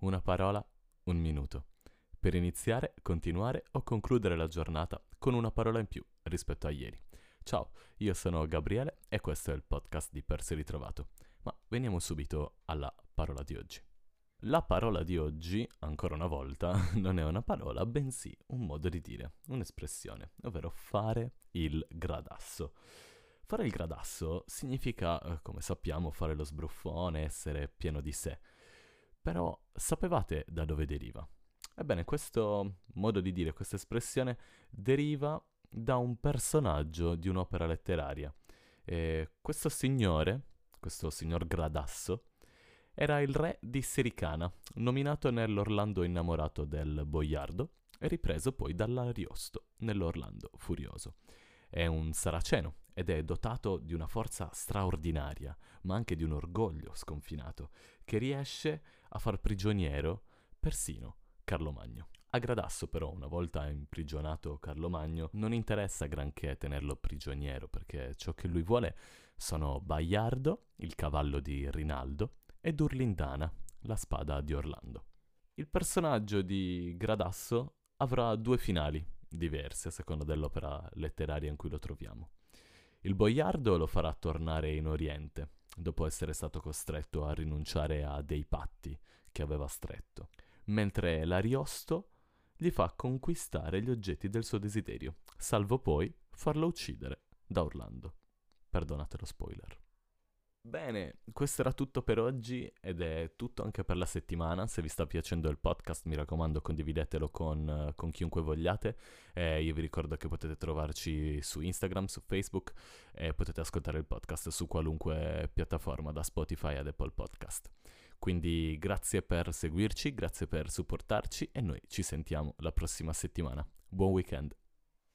Una parola, un minuto. Per iniziare, continuare o concludere la giornata con una parola in più rispetto a ieri. Ciao, io sono Gabriele e questo è il podcast di Persi Ritrovato. Ma veniamo subito alla parola di oggi. La parola di oggi, ancora una volta, non è una parola, bensì un modo di dire, un'espressione, ovvero fare il gradasso. Fare il gradasso significa, come sappiamo, fare lo sbruffone, essere pieno di sé. Però sapevate da dove deriva? Ebbene, questo modo di dire, questa espressione, deriva da un personaggio di un'opera letteraria. Questo signor Gradasso, era il re di Siricana, nominato nell'Orlando innamorato del boiardo e ripreso poi dall'Ariosto nell'Orlando furioso. È un saraceno ed è dotato di una forza straordinaria, ma anche di un orgoglio sconfinato, che riesce a far prigioniero persino Carlo Magno. A Gradasso però, una volta imprigionato Carlo Magno, non interessa granché tenerlo prigioniero, perché ciò che lui vuole sono Baiardo, il cavallo di Rinaldo, e Durlindana, la spada di Orlando. Il personaggio di Gradasso avrà due finali diversi a seconda dell'opera letteraria in cui lo troviamo. Il boiardo lo farà tornare in Oriente, dopo essere stato costretto a rinunciare a dei patti che aveva stretto, mentre l'Ariosto gli fa conquistare gli oggetti del suo desiderio, salvo poi farlo uccidere da Orlando. Perdonate lo spoiler. Bene, questo era tutto per oggi ed è tutto anche per la settimana. Se vi sta piacendo il podcast, mi raccomando, condividetelo con chiunque vogliate. Io vi ricordo che potete trovarci su Instagram, su Facebook e potete ascoltare il podcast su qualunque piattaforma, da Spotify ad Apple Podcast. Quindi grazie per seguirci, grazie per supportarci e noi ci sentiamo la prossima settimana. Buon weekend!